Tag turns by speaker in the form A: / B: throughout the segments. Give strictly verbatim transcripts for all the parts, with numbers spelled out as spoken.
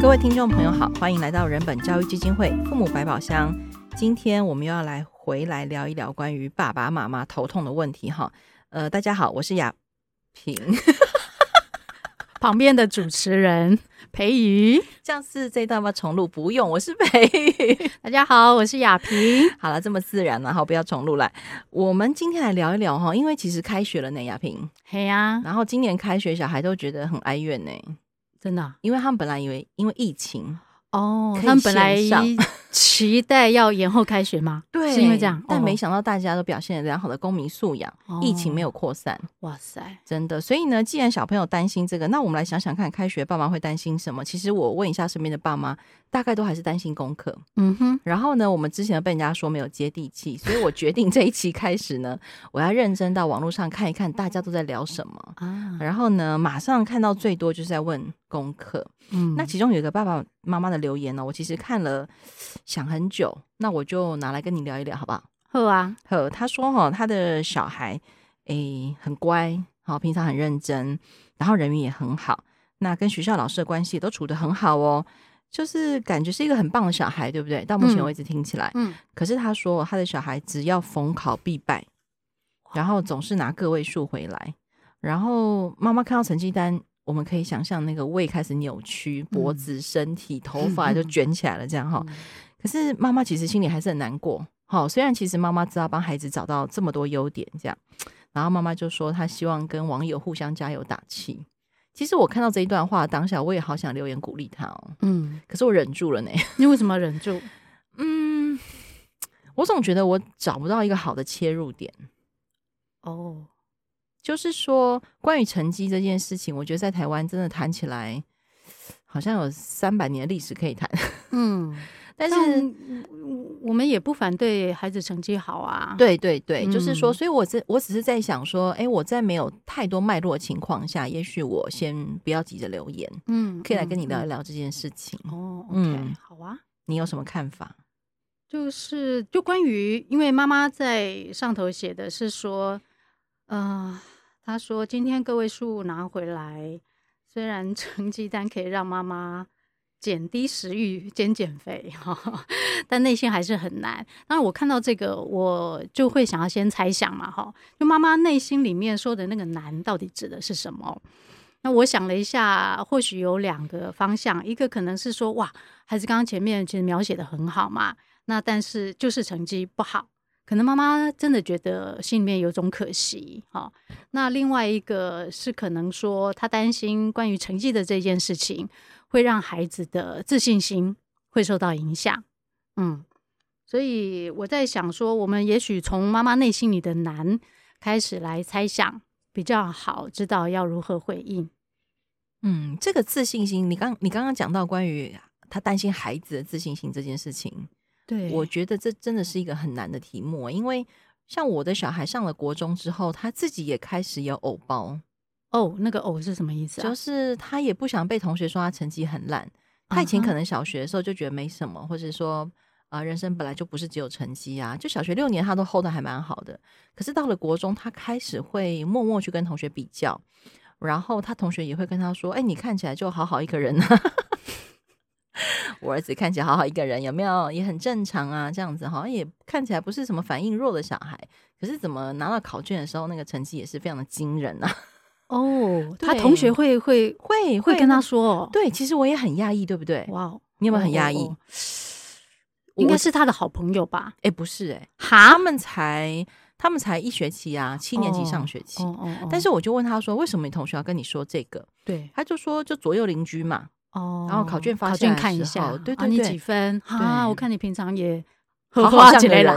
A: 各位听众朋友好，欢迎来到人本教育基金会父母百宝箱。今天我们又要来回来聊一聊关于爸爸妈妈头痛的问题哈。呃，大家好，我是雅萍，
B: 旁边的主持人培瑜。
A: 这样是这一段要不要重录？不用，我是培瑜。
B: 大家好，我是雅萍。
A: 好了，这么自然了，好，不要重录来。我们今天来聊一聊哈，因为其实开学了呢，雅萍。
B: 嘿呀、啊，
A: 然后今年开学，小孩都觉得很哀怨呢。
B: 真的、啊，
A: 因为他们本来以为因为疫情
B: 哦，他们本来期待要延后开学吗？
A: 对，
B: 是因为这样，
A: 但没想到大家都表现了良好的公民素养，哦、疫情没有扩散。
B: 哇塞，
A: 真的。所以呢，既然小朋友担心这个，那我们来想想看，开学爸妈会担心什么？其实我问一下身边的爸妈，大概都还是担心功课。
B: 嗯哼。
A: 然后呢，我们之前被人家说没有接地气，所以我决定这一期开始呢，我要认真到网络上看一看大家都在聊什么啊。然后呢，马上看到最多就是在问功课。嗯，那其中有一个爸爸妈妈的留言呢，我其实看了想很久，那我就拿来跟你聊一聊，好不好？
B: 好啊。
A: 好，他说哈，他的小孩诶很乖，好，平常很认真，然后人缘也很好，那跟学校老师的关系也都处得很好哦，就是感觉是一个很棒的小孩，对不对？到目前为止听起来，嗯，可是他说他的小孩只要逢考必败，然后总是拿个位数回来，然后妈妈看到成绩单，我们可以想象那个胃开始扭曲，脖子、身体、头发就卷起来了，这样哈。可是妈妈其实心里还是很难过，好，虽然其实妈妈知道帮孩子找到这么多优点，这样，然后妈妈就说她希望跟网友互相加油打气。其实我看到这一段话当下，我也好想留言鼓励他哦，嗯，可是我忍住了呢。
B: 你为什么忍住？
A: 嗯，我总觉得我找不到一个好的切入点。
B: 哦，
A: 就是说关于成绩这件事情，我觉得在台湾真的谈起来好像有三百年的历史可以谈。嗯，但是
B: 我们也不反对孩子成绩好啊。
A: 对对对，嗯、就是说，所以我只我只是在想说，哎，我在没有太多脉络的情况下，也许我先不要急着留言，嗯，可以来跟你聊一聊这件事情。
B: 嗯、哦 ，OK，、嗯、好啊。
A: 你有什么看法？
B: 就是就关于，因为妈妈在上头写的是说，呃，她说今天个位数拿回来，虽然成绩单可以让妈妈减低食欲、减减肥，哈，但内心还是很难。当然，我看到这个，我就会想要先猜想嘛，哈，就妈妈内心里面说的那个难，到底指的是什么？那我想了一下，或许有两个方向，一个可能是说，哇，孩子刚刚前面其实描写的很好嘛，那但是就是成绩不好，可能妈妈真的觉得心里面有种可惜，哦，那另外一个是可能说，她担心关于成绩的这件事情会让孩子的自信心会受到影响，嗯，所以我在想说，我们也许从妈妈内心里的难开始来猜想，比较好知道要如何回应。
A: 嗯，这个自信心，你刚你刚刚讲到关于他担心孩子的自信心这件事情，
B: 对，
A: 我觉得这真的是一个很难的题目，因为像我的小孩上了国中之后，他自己也开始有偶包。
B: 哦，那个偶是什么意思啊？
A: 就是他也不想被同学说他成绩很烂，他以前可能小学的时候就觉得没什么，或者说呃，人生本来就不是只有成绩啊，就小学六年他都 hold 得还蛮好的，可是到了国中，他开始会默默去跟同学比较，然后他同学也会跟他说，哎，你看起来就好好一个人啊。我儿子看起来好好一个人，有没有也很正常啊？这样子好像也看起来不是什么反应弱的小孩，可是怎么拿到考卷的时候，那个成绩也是非常的惊人啊！
B: 哦，他同学会会
A: 会
B: 会跟他说、哦，
A: 对，其实我也很讶异，对不对？
B: 哇，
A: 你有没有很讶异？
B: 哦哦应该是他的好朋友吧？
A: 哎，不是哎、欸，
B: 哈，
A: 他们才他们才一学期啊，七年级上学期。哦哦哦哦、但是我就问他说，为什么你同学要跟你说这个？
B: 对，
A: 他就说就左右邻居嘛。哦，然后考卷发
B: 考卷看一下，
A: 对对对，
B: 啊、你几分？啊，我看你平常也
A: 好好像个人。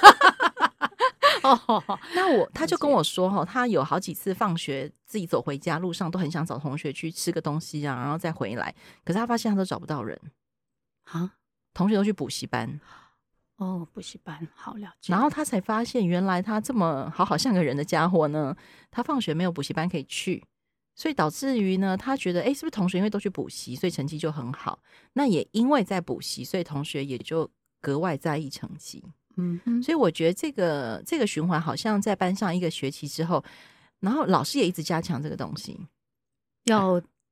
B: 哦，
A: 那我他就跟我说哈，他有好几次放学自己走回家路上都很想找同学去吃个东西啊，然后再回来，可是他发现他都找不到人啊，同学都去补习班。
B: 哦，补习班，好了解。
A: 然后他才发现，原来他这么好好像个人的家伙呢，他放学没有补习班可以去。所以导致于呢，他觉得哎，是不是同学因为都去补习，所以成绩就很好？那也因为在补习，所以同学也就格外在意成绩。嗯哼，所以我觉得这个这个循环好像在班上一个学期之后，然后老师也一直加强这个东西，
B: 要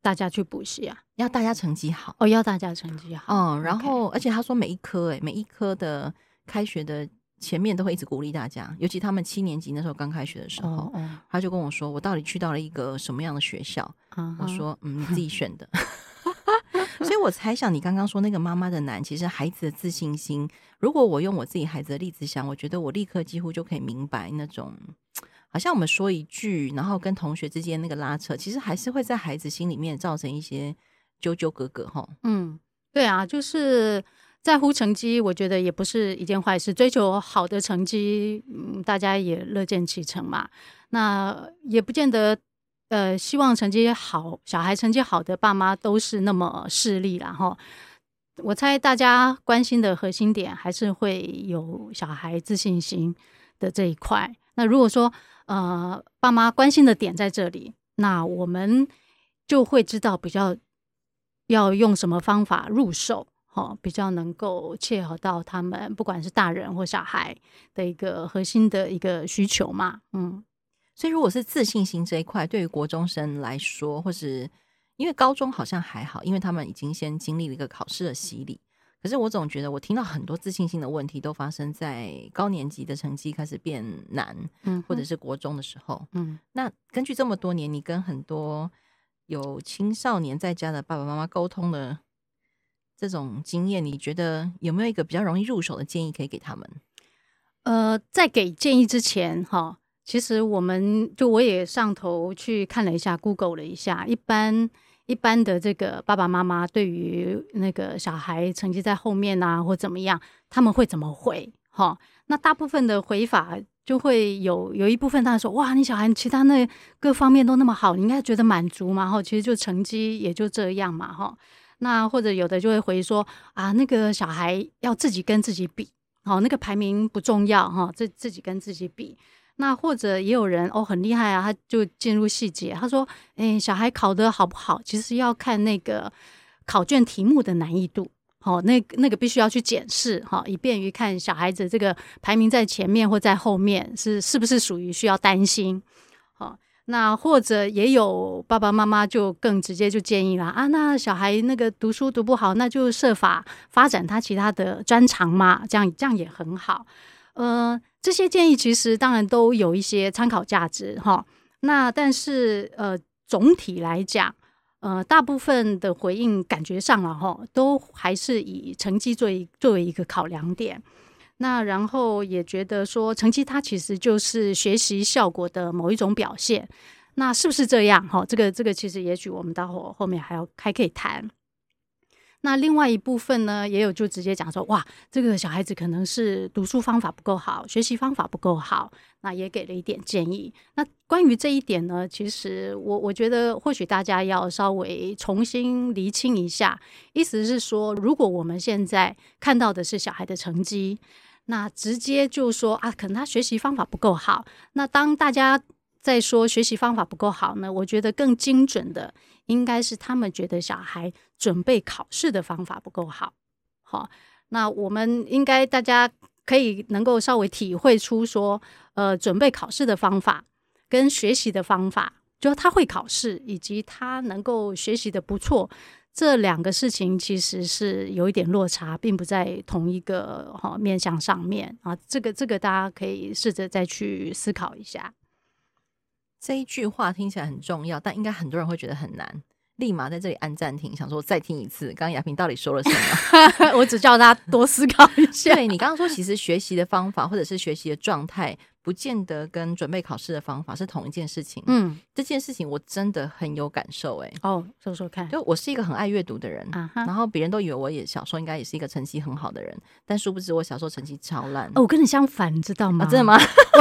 B: 大家去补习啊？
A: 要大家成绩好
B: 哦，要大家成绩好。
A: 嗯，然后
B: OK
A: 而且他说每一科诶、每一科的开学的前面都会一直鼓励大家，尤其他们七年级那时候刚开学的时候，
B: 哦哦
A: 他就跟我说我到底去到了一个什么样的学校，
B: 啊
A: 我说嗯，你自己选的。所以我猜想你刚刚说那个妈妈的难，其实孩子的自信心，如果我用我自己孩子的例子想，我觉得我立刻几乎就可以明白那种好像我们说一句然后跟同学之间那个拉扯，其实还是会在孩子心里面造成一些纠纠葛葛齁。
B: 嗯，对啊，就是在乎成绩，我觉得也不是一件坏事。追求好的成绩，嗯，大家也乐见其成嘛。那也不见得，呃，希望成绩好，小孩成绩好的爸妈都是那么势利啦齁。我猜大家关心的核心点还是会有小孩自信心的这一块。那如果说呃爸妈关心的点在这里，那我们就会知道比较要用什么方法入手，哦，比较能够切合到他们不管是大人或小孩的一个核心的一个需求嘛。嗯，
A: 所以如果是自信心这一块，对于国中生来说，或是因为高中好像还好，因为他们已经先经历了一个考试的洗礼。可是我总觉得我听到很多自信心的问题都发生在高年级的成绩开始变难，
B: 嗯，
A: 或者是国中的时候。
B: 嗯，
A: 那根据这么多年你跟很多有青少年在家的爸爸妈妈沟通的这种经验，你觉得有没有一个比较容易入手的建议可以给他们？
B: 呃，在给建议之前哈，其实我们就我也上头去看了一下 Google 了一下，一般一般的这个爸爸妈妈对于那个小孩成绩在后面啊或怎么样，他们会怎么回哈？那大部分的回法就会有有一部分他说哇，你小孩其他那各方面都那么好，你应该觉得满足嘛哈？其实就成绩也就这样嘛哈。那或者有的就会回说啊，那个小孩要自己跟自己比。好，那个排名不重要哈，自自己跟自己比。那或者也有人哦很厉害啊，他就进入细节，他说：“哎，小孩考得好不好，其实要看那个考卷题目的难易度。好、哦，那那个必须要去检视哈、哦，以便于看小孩子这个排名在前面或在后面是是不是属于需要担心。好、哦。”那或者也有爸爸妈妈就更直接就建议啦啊，那小孩那个读书读不好，那就设法发展他其他的专长嘛，这样这样也很好。呃，这些建议其实当然都有一些参考价值哈。那但是呃，总体来讲，呃，大部分的回应感觉上了哈，都还是以成绩作为作为一个考量点。那然后也觉得说成绩它其实就是学习效果的某一种表现，那是不是这样？这个这个其实也许我们到后后面还要还可以谈。那另外一部分呢，也有就直接讲说，哇，这个小孩子可能是读书方法不够好，学习方法不够好，那也给了一点建议。那关于这一点呢，其实我我觉得或许大家要稍微重新厘清一下，意思是说，如果我们现在看到的是小孩的成绩，那直接就说啊，可能他学习方法不够好。那当大家在说学习方法不够好呢，我觉得更精准的应该是他们觉得小孩准备考试的方法不够好。好，那我们应该大家可以能够稍微体会出说，呃，准备考试的方法跟学习的方法，就他会考试以及他能够学习的不错。这两个事情其实是有一点落差，并不在同一个、哦、面向上面啊。这个这个大家可以试着再去思考一下。
A: 这一句话听起来很重要，但应该很多人会觉得很难。立马在这里按暂停，想说再听一次，刚刚雅萍到底说了什么？
B: 我只叫他多思考一下。
A: 对，你刚刚说，其实学习的方法或者是学习的状态，不见得跟准备考试的方法是同一件事情。嗯，这件事情我真的很有感受、欸。哎，
B: 哦，说说看。
A: 就我是一个很爱阅读的人，
B: 啊、
A: 然后别人都以为我也小时候应该也是一个成绩很好的人，但殊不知我小时候成绩超烂。
B: 哦，我跟你相反，你知道吗？
A: 啊、真的吗？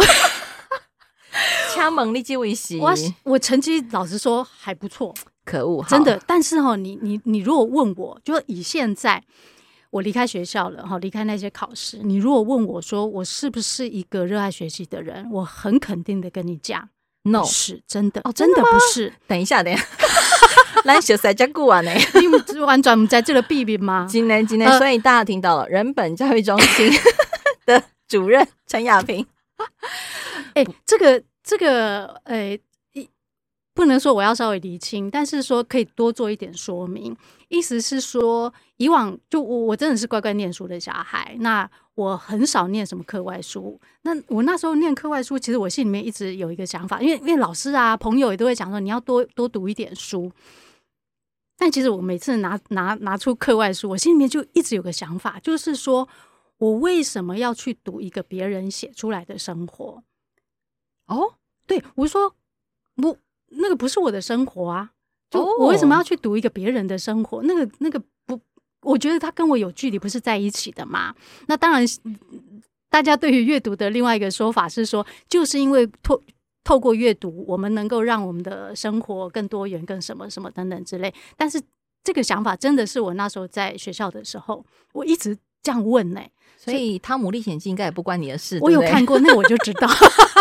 A: 掐猛力基维习，
B: 我我成绩老实说还不错。
A: 可恶，
B: 真的。但是哦，你你你如果问我，就以现在我离开学校了哈，离开那些考试，你如果问我说我是不是一个热爱学习的人，我很肯定的跟你讲
A: ，no，
B: 是真的，
A: 哦，
B: 真的不是。
A: 等一下，等一下，咱小赛加顾完呢，
B: 你完全不在这个秘密吗？
A: 今天今天，所以大家听到了，人本教育中心的主任陈雅萍。
B: 哎、欸，这个这个，呃、欸。不不能说我要稍微厘清，但是说可以多做一点说明。意思是说，以往就我我真的是乖乖念书的小孩，那我很少念什么课外书。那我那时候念课外书，其实我心里面一直有一个想法，因为因为老师啊朋友也都会讲说你要多多读一点书。但其实我每次拿拿拿出课外书，我心里面就一直有个想法，就是说我为什么要去读一个别人写出来的生活？哦，对，我说我那个不是我的生活啊，就我为什么要去读一个别人的生活？那个那个不，我觉得他跟我有距离，不是在一起的嘛。那当然，大家对于阅读的另外一个说法是说，就是因为透透过阅读，我们能够让我们的生活更多元、更什么什么等等之类。但是这个想法真的是我那时候在学校的时候，我一直这样问呢、欸。
A: 所以《汤姆历险记》应该也不关你的事，
B: 我有看过，那我就知道。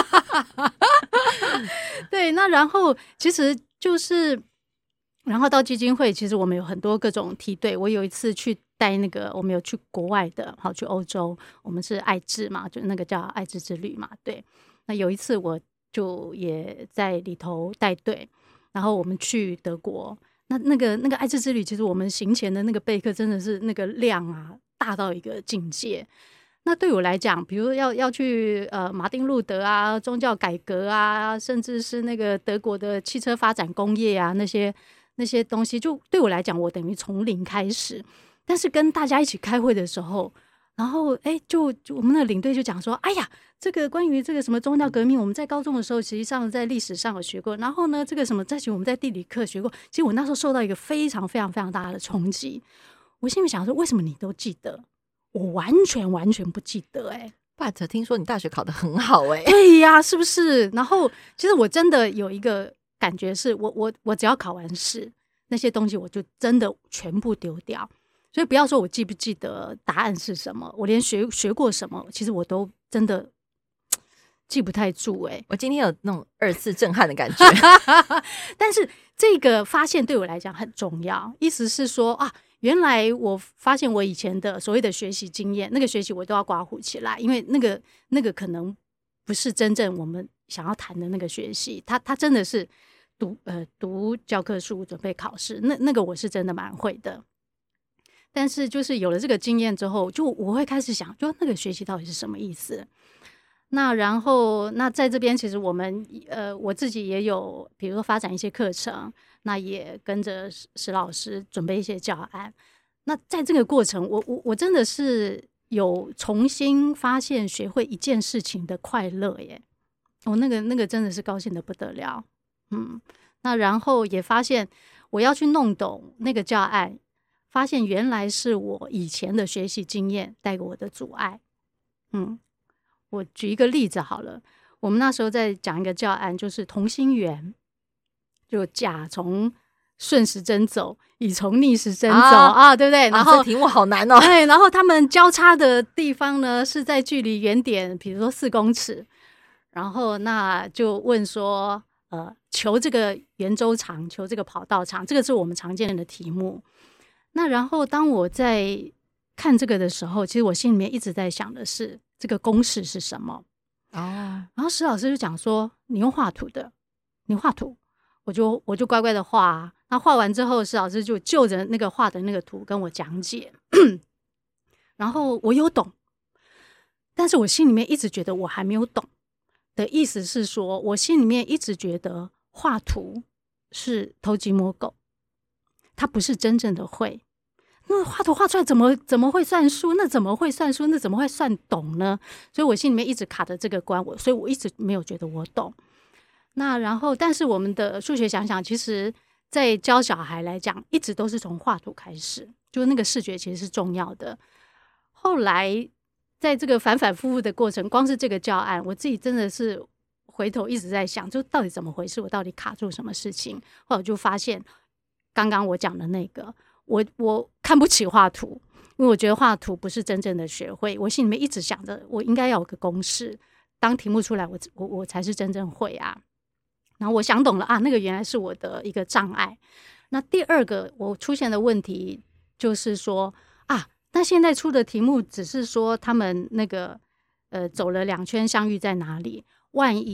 B: 对，那然后其实就是，然后到基金会，其实我们有很多各种梯队。我有一次去带那个，我们有去国外的，好去欧洲，我们是爱智嘛，就那个叫爱智之旅嘛。对，那有一次我就也在里头带队，然后我们去德国。那那个那个爱智之旅，其实我们行前的那个备课真的是那个量啊，大到一个境界。那对我来讲，比如要要去呃马丁路德啊，宗教改革啊，甚至是那个德国的汽车发展工业啊，那些那些东西，就对我来讲，我等于从零开始。但是跟大家一起开会的时候，然后哎，就就我们那个领队就讲说，哎呀，这个关于这个什么宗教革命，我们在高中的时候，实际上在历史上有学过。然后呢，这个什么，在我们在地理课学过。其实我那时候受到一个非常非常非常大的冲击。我心里想说，为什么你都记得？我完全完全不记得哎、
A: 欸、，but 听说你大学考得很好哎、欸，
B: 对呀，是不是？然后其实我真的有一个感觉是，我我我只要考完试，那些东西我就真的全部丢掉。所以不要说我记不记得答案是什么，我连学学过什么，其实我都真的记不太住哎、欸。
A: 我今天有那种二次震撼的感觉，
B: 但是这个发现对我来讲很重要，意思是说啊。原来我发现我以前的所谓的学习经验，那个学习我都要刮胡起来，因为那个那个可能不是真正我们想要谈的那个学习，它它真的是读呃读教科书准备考试，那那个我是真的蛮会的。但是就是有了这个经验之后，就我会开始想，就那个学习到底是什么意思？那然后那在这边其实我们呃我自己也有，比如说发展一些课程。那也跟着石老师准备一些教案。那在这个过程，我我我真的是有重新发现学会一件事情的快乐耶！我、哦、那个那个真的是高兴得不得了。嗯，那然后也发现我要去弄懂那个教案，发现原来是我以前的学习经验带给我的阻碍。嗯，我举一个例子好了，我们那时候在讲一个教案，就是同心圆。就甲从顺时针走，乙从逆时针走 啊, 啊，对不对？然后、啊、
A: 这题目好难哦。
B: 哎，然后他们交叉的地方呢是在距离原点，比如说四公尺。然后那就问说，呃，求这个圆周长，求这个跑道长，这个是我们常见的题目。那然后当我在看这个的时候，其实我心里面一直在想的是这个公式是什么哦。然后石老师就讲说，你用画图的，你画图。我就我就乖乖的画、啊，那画完之后，石老师就就着那个画的那个图跟我讲解，然后我有懂，但是我心里面一直觉得我还没有懂的意思是说，我心里面一直觉得画图是偷鸡摸狗，它不是真正的会。那画图画出来怎么怎么会算数？那怎么会算数？那怎么会算懂呢？所以我心里面一直卡着这个关，我所以我一直没有觉得我懂。那然后，但是我们的数学想想，其实在教小孩来讲，一直都是从画图开始，就那个视觉其实是重要的。后来在这个反反复复的过程，光是这个教案，我自己真的是回头一直在想，就到底怎么回事？我到底卡住什么事情？后来我就发现，刚刚我讲的那个，我我看不起画图，因为我觉得画图不是真正的学会。我心里面一直想着，我应该要有个公式，当题目出来，我我我才是真正会啊。然后我想懂了啊，那个原来是我的一个障碍。那第二个我出现的问题就是说啊，那现在出的题目只是说他们那个呃走了两圈相遇在哪里？万一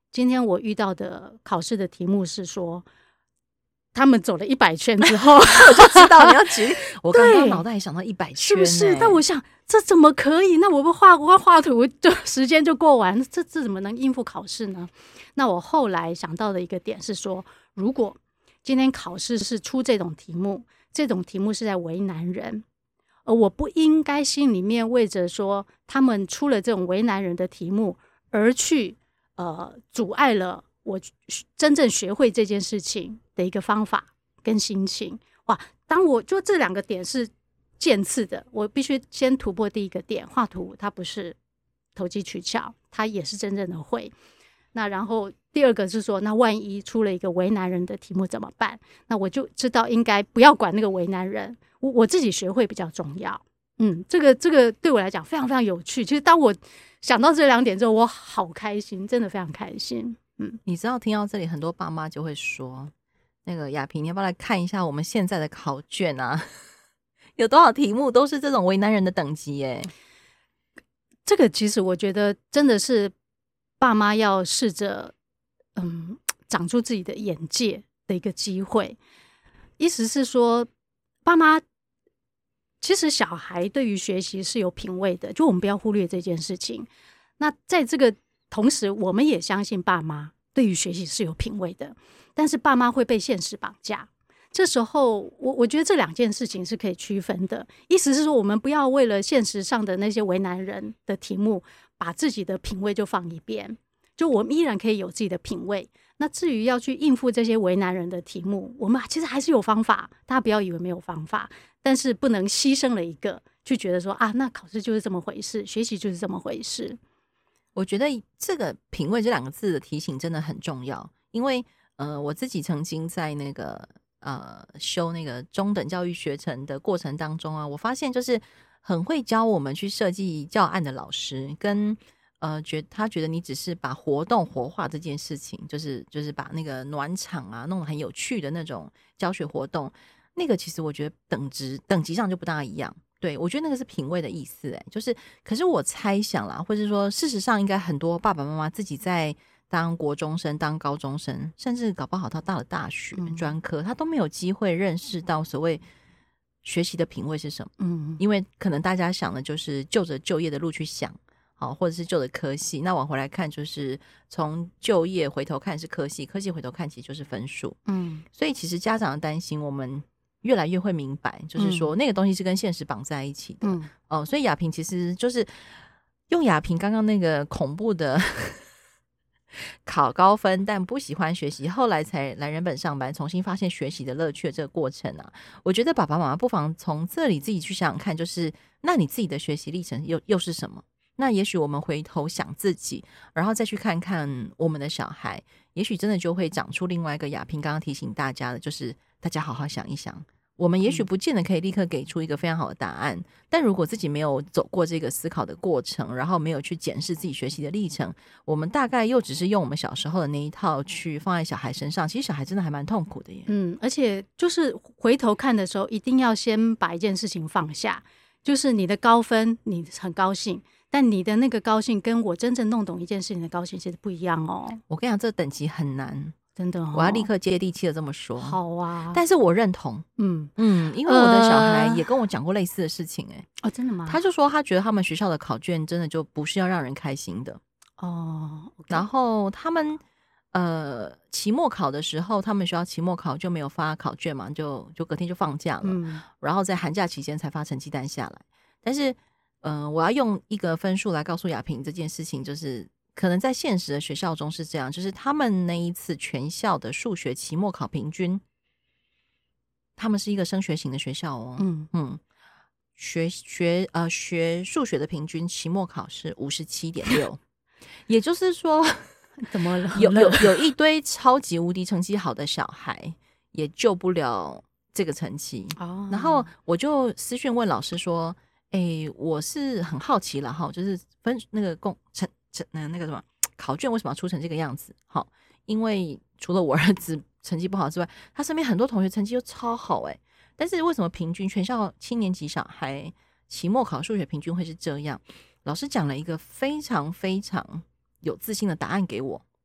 B: 今天我遇到的考试的题目是说，他们走了一百圈之后，
A: 我就知道你要举。我刚刚脑袋也想到一百圈、欸，
B: 是不是？但我想这怎么可以？那我不画我画图就时间就过完，这这怎么能应付考试呢？那我后来想到的一个点是说，如果今天考试是出这种题目，这种题目是在为难人，而我不应该心里面为着说他们出了这种为难人的题目而去呃阻碍了我真正学会这件事情的一个方法跟心情。哇，当我就这两个点是渐次的，我必须先突破第一个点，画图它不是投机取巧，它也是真正的会。那然后第二个是说，那万一出了一个为难人的题目怎么办？那我就知道应该不要管那个为难人，我我自己学会比较重要。嗯，这个这个对我来讲非常非常有趣。其实当我想到这两点之后，我好开心，真的非常开心。嗯，
A: 你知道听到这里，很多爸妈就会说，那个雅萍，你要不要来看一下我们现在的考卷啊？有多少题目都是这种为难人的等级耶？
B: 这个其实我觉得真的是爸妈要试着嗯长出自己的眼界的一个机会。意思是说，爸妈其实小孩对于学习是有品味的，就我们不要忽略这件事情。那在这个同时，我们也相信爸妈对于学习是有品味的，但是爸妈会被现实绑架。这时候我我觉得这两件事情是可以区分的。意思是说，我们不要为了现实上的那些为难人的题目，把自己的品味就放一边，就我们依然可以有自己的品味。那至于要去应付这些为难人的题目，我们其实还是有方法，大家不要以为没有方法，但是不能牺牲了一个，去觉得说啊，那考试就是这么回事，学习就是这么回事。
A: 我觉得这个品味这两个字的提醒真的很重要，因为呃，我自己曾经在那个呃修那个中等教育学程的过程当中啊，我发现就是很会教我们去设计教案的老师，跟呃觉他觉得你只是把活动活化这件事情，就是就是把那个暖场啊弄得很有趣的那种教学活动，那个其实我觉得等值等级上就不大一样。对，我觉得那个是品味的意思，哎，就是，可是我猜想啦，或者说，事实上，应该很多爸爸妈妈自己在当国中生、当高中生，甚至搞不好他到了大学、嗯、专科，他都没有机会认识到所谓学习的品味是什么。嗯，因为可能大家想的就是就着就业的路去想，好，或者是就着科系，那往回来看，就是从就业回头看是科系，科系回头看其实就是分数。嗯，所以其实家长的担心，我们越来越会明白，就是说、嗯、那个东西是跟现实绑在一起的。嗯，哦，所以雅萍其实就是用雅萍刚刚那个恐怖的考高分但不喜欢学习，后来才来人本上班，重新发现学习的乐趣的这个过程啊，我觉得爸爸妈妈不妨从这里自己去想想看，就是那你自己的学习历程又又是什么？那也许我们回头想自己，然后再去看看我们的小孩，也许真的就会长出另外一个雅萍刚刚提醒大家的，就是大家好好想一想，我们也许不见得可以立刻给出一个非常好的答案、嗯、但如果自己没有走过这个思考的过程，然后没有去检视自己学习的历程，我们大概又只是用我们小时候的那一套去放在小孩身上，其实小孩真的还蛮痛苦的耶。
B: 嗯，而且就是回头看的时候，一定要先把一件事情放下，就是你的高分你很高兴，但你的那个高兴跟我真正弄懂一件事情的高兴其实不一样哦。
A: 我跟你讲，这等级很难，
B: 真的、哦、
A: 我要立刻接地气的这么说。
B: 好啊，
A: 但是我认同，嗯嗯，因为我的小孩也跟我讲过类似的事情、欸，哎、
B: 呃，哦，真的吗？
A: 他就说他觉得他们学校的考卷真的就不是要让人开心的
B: 哦。Okay、
A: 然后他们呃期末考的时候，他们学校期末考就没有发考卷嘛，就就隔天就放假了，嗯、然后在寒假期间才发成绩单下来。但是，嗯、呃，我要用一个分数来告诉雅萍这件事情，就是可能在现实的学校中是这样，就是他们那一次全校的数学期末考平均，他们是一个升学型的学校哦，嗯嗯，学学呃学数学的平均期末考是五十七点六，也就是说，
B: 怎么了？
A: 有有有一堆超级无敌成绩好的小孩，也救不了这个成绩。哦，然后我就私讯问老师说。哎、欸，我是很好奇了哈，就是分那个公成成那那个什么考卷为什么要出成这个样子？好，因为除了我儿子成绩不好之外，他身边很多同学成绩又超好哎、欸，但是为什么平均全校七年级小孩期末考数学平均会是这样？老师讲了一个非常非常有自信的答案给我，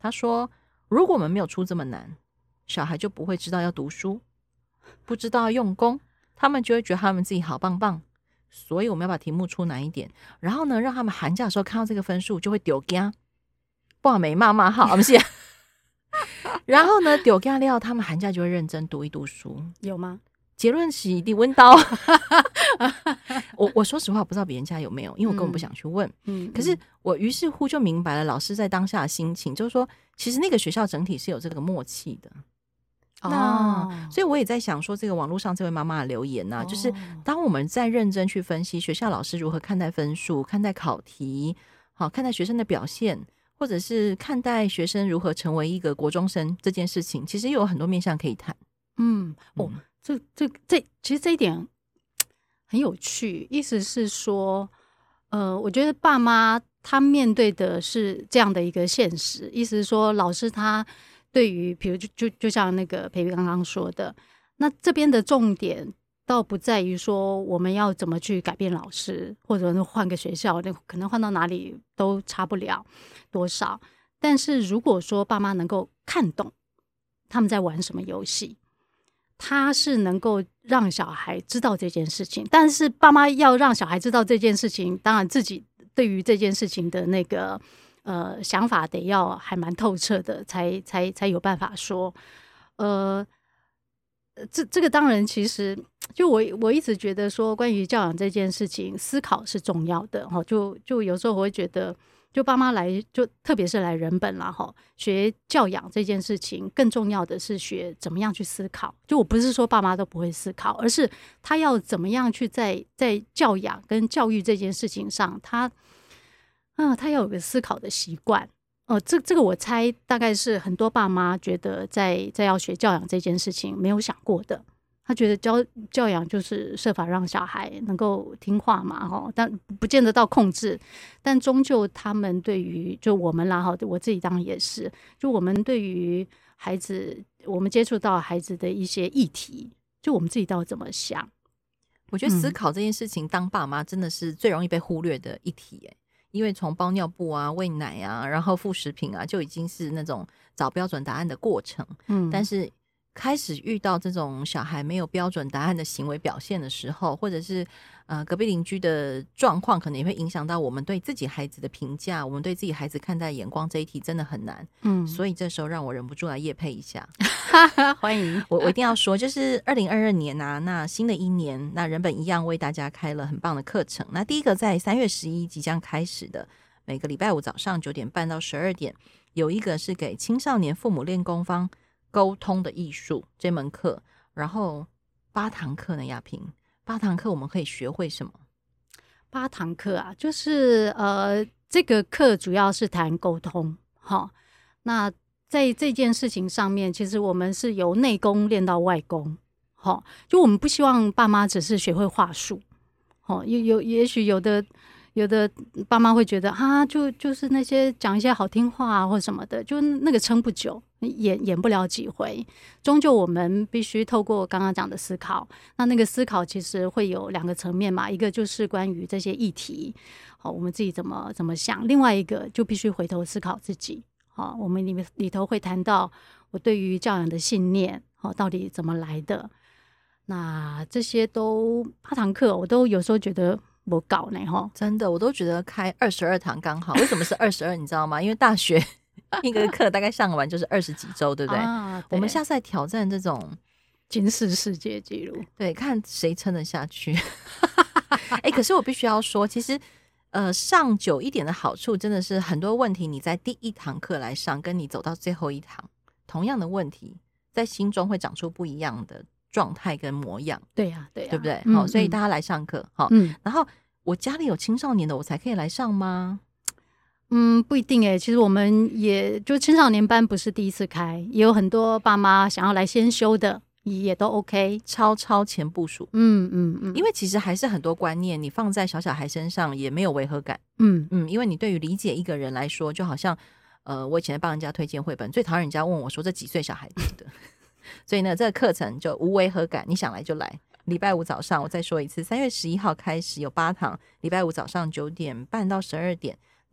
A: 他说如果我们没有出这么难，小孩就不会知道要读书，不知道要用功，他们就会觉得他们自己好棒棒，所以我们要把题目出难一点，然后呢让他们寒假的时候看到这个分数就会丢惊，不好没骂骂好不是然后呢丢惊了他们寒假就会认真读一读书。
B: 有吗？
A: 结论是你温刀我我说实话不知道别人家有没有，因为我根本不想去问。嗯，可是我于是乎就明白了老师在当下的心情，就是说其实那个学校整体是有这个默契的。那、哦、所以我也在想说这个网络上这位妈妈的留言啊、哦、就是当我们在认真去分析学校老师如何看待分数，看待考题，好看待学生的表现，或者是看待学生如何成为一个国中生这件事情，其实又有很多面向可以谈。
B: 嗯，哦，这这这其实这一点很有趣，意思是说呃，我觉得爸妈他面对的是这样的一个现实，意思是说老师他对于比如就就就像那个培培刚刚说的，那这边的重点倒不在于说我们要怎么去改变老师，或者换个学校，可能换到哪里都差不了多少，但是如果说爸妈能够看懂他们在玩什么游戏，他是能够让小孩知道这件事情，但是爸妈要让小孩知道这件事情，当然自己对于这件事情的那个呃想法得要还蛮透彻的，才才才有办法说。呃，这这个当然其实就我我一直觉得说，关于教养这件事情，思考是重要的哈。就就有时候我会觉得。就爸妈来，就特别是来人本啦齁，学教养这件事情，更重要的是学怎么样去思考。就我不是说爸妈都不会思考，而是他要怎么样去在在教养跟教育这件事情上，他啊、呃，他要有个思考的习惯。哦、呃，这这个我猜大概是很多爸妈觉得在在要学教养这件事情没有想过的。他觉得教教养就是设法让小孩能够听话嘛，齁，但不见得到控制，但终究他们对于就我们啦，齁，我自己当然也是，就我们对于孩子，我们接触到孩子的一些议题，就我们自己到底怎么想？
A: 我觉得思考这件事情，当爸妈真的是最容易被忽略的一题耶，因为从包尿布啊、喂奶啊，然后副食品啊，就已经是那种找标准答案的过程。嗯，但是开始遇到这种小孩没有标准答案的行为表现的时候，或者是呃隔壁邻居的状况，可能也会影响到我们对自己孩子的评价，我们对自己孩子看待的眼光，这一题真的很难。嗯，所以这时候让我忍不住来业配一下
B: 欢迎
A: 我我一定要说，就是二零二二年啊，那新的一年，那人本一样为大家开了很棒的课程。那第一个在三月十一即将开始的，每个礼拜五早上九点半到十二点，有一个是给青少年父母练功方沟通的艺术这门课，然后八堂课呢，亚萍，八堂课我们可以学会什么？
B: 八堂课啊，就是呃，这个课主要是谈沟通，哈。那在这件事情上面，其实我们是由内功练到外功，哈。就我们不希望爸妈只是学会话术，哈，有有也许有的。有的爸妈会觉得啊，就就是那些讲一些好听话啊或什么的，就那个撑不久，演演不了几回。终究我们必须透过刚刚讲的思考，那那个思考其实会有两个层面嘛，一个就是关于这些议题，好，我们自己怎么怎么想；另外一个就必须回头思考自己。好，我们里面里头会谈到我对于教养的信念，好，到底怎么来的？那这些都八堂课，我都有时候觉得。我搞呢齁，
A: 真的，我都觉得开二十二堂刚好。为什么是二十二？你知道吗？因为大学一个课大概上完就是二十几周，对不对？啊、对，我们下次来挑战这种
B: 金氏世界纪录，
A: 对，看谁撑得下去。哎、欸，可是我必须要说，其实呃，上久一点的好处，真的是很多问题你在第一堂课来上，跟你走到最后一堂，同样的问题，在心中会长出不一样的状态跟模样。
B: 对呀、啊，对呀、啊，
A: 对不对？好、嗯，所以大家来上课，好、嗯，然后我家里有青少年的，我才可以来上吗？
B: 嗯，不一定诶、欸。其实我们也就青少年班不是第一次开，也有很多爸妈想要来先修的，也都 OK，
A: 超超前部署。
B: 嗯嗯嗯，
A: 因为其实还是很多观念，你放在小小孩身上也没有违和感。
B: 嗯
A: 嗯，因为你对于理解一个人来说，就好像呃，我以前帮人家推荐绘本，最讨厌人家问我说这几岁小孩子的，所以呢，这个课程就无违和感，你想来就来。礼拜五早上，我再说一次，三月十一号开始有八堂，礼拜五早上九点半到十二点。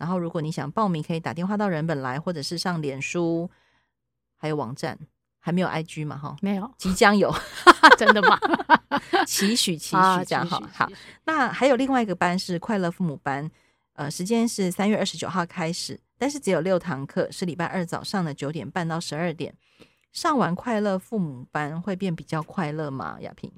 A: 然后如果你想报名，可以打电话到人本来，或者是上脸书，还有网站。还没有 I G 嘛？哈，
B: 没有，
A: 即将有，
B: 真的吗？
A: 期许期
B: 啊
A: 许这样哈。
B: 期许
A: 好，那还有另外一个班是快乐父母班，呃，时间是三月二十九号开始，但是只有六堂课，是礼拜二早上的九点半到十二点。上完快乐父母班会变比较快乐吗？亚萍？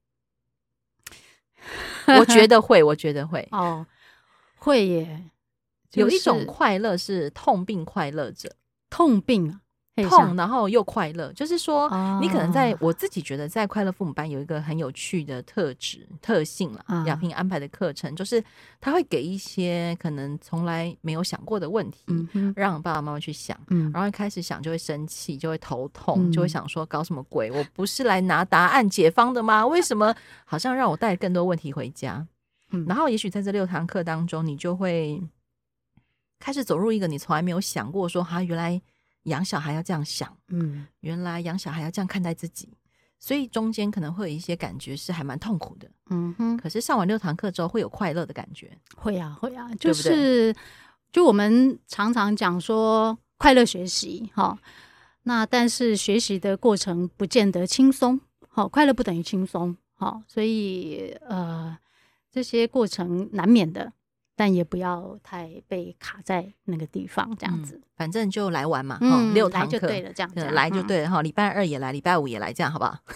A: 我觉得会，我觉得会
B: 哦，会耶。
A: 有一种快乐是痛并快乐着，
B: 痛并啊。
A: 痛然后又快乐，就是说、
B: 哦、
A: 你可能在我自己觉得在快乐父母班有一个很有趣的特质特性啦，
B: 啊、
A: 亚萍安排的课程就是他会给一些可能从来没有想过的问题、
B: 嗯、
A: 让爸爸妈妈去想、
B: 嗯、
A: 然后一开始想就会生气，就会头痛、
B: 嗯、
A: 就会想说搞什么鬼，我不是来拿答案解方的吗？为什么好像让我带更多问题回家、嗯、然后也许在这六堂课当中你就会开始走入一个你从来没有想过说哈原来养小孩要这样想，
B: 嗯，
A: 原来养小孩要这样看待自己，所以中间可能会有一些感觉是还蛮痛苦的，
B: 嗯哼。
A: 可是上完六堂课之后会有快乐的感觉，
B: 会啊会啊，就是对对就我们常常讲说快乐学习哈，那但是学习的过程不见得轻松，好，快乐不等于轻松，好，所以呃这些过程难免的。但也不要太被卡在那个地方，这样子、嗯，
A: 反正就来玩嘛，
B: 嗯，
A: 六堂课
B: 来就对了，这样子
A: 来就对了哈，礼、嗯、拜二也来，礼拜五也来，这样好不好？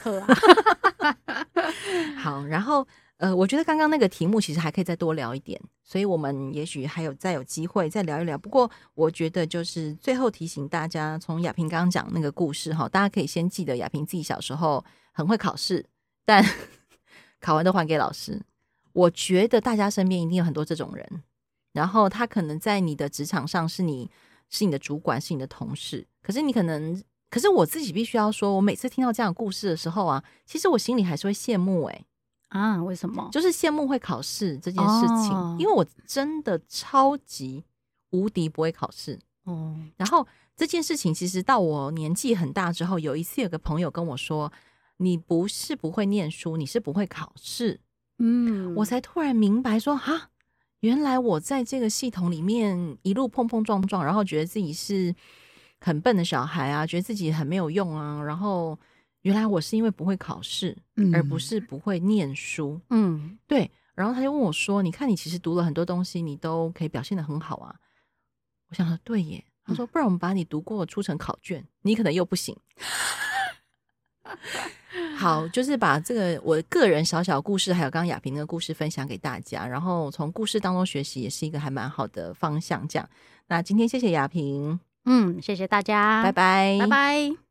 A: 好，然后呃，我觉得刚刚那个题目其实还可以再多聊一点，所以我们也许还有再有机会再聊一聊。不过我觉得就是最后提醒大家，从亚萍刚刚讲那个故事哈，大家可以先记得亚萍自己小时候很会考试，但考完都还给老师。我觉得大家身边一定有很多这种人，然后他可能在你的职场上是你是你的主管，是你的同事，可是你可能可是我自己必须要说，我每次听到这样的故事的时候啊，其实我心里还是会羡慕哎、
B: 欸、啊，为什么？
A: 就是羡慕会考试这件事情、哦、因为我真的超级无敌不会考试哦。然后这件事情其实到我年纪很大之后，有一次有个朋友跟我说，你不是不会念书，你是不会考试。嗯，我才突然明白说哈，原来我在这个系统里面一路碰碰撞撞，然后觉得自己是很笨的小孩啊，觉得自己很没有用啊，然后原来我是因为不会考试、嗯、而不是不会念书。嗯，对。然后他就问我说，你看你其实读了很多东西，你都可以表现得很好啊。我想说对耶，他说不然我们把你读过出成考卷，你可能又不行。好，就是把这个我个人小小故事还有刚刚亚萍那个故事分享给大家，然后从故事当中学习也是一个还蛮好的方向这样。那今天谢谢亚萍，
B: 嗯，谢谢大家，
A: 拜拜，
B: 拜拜。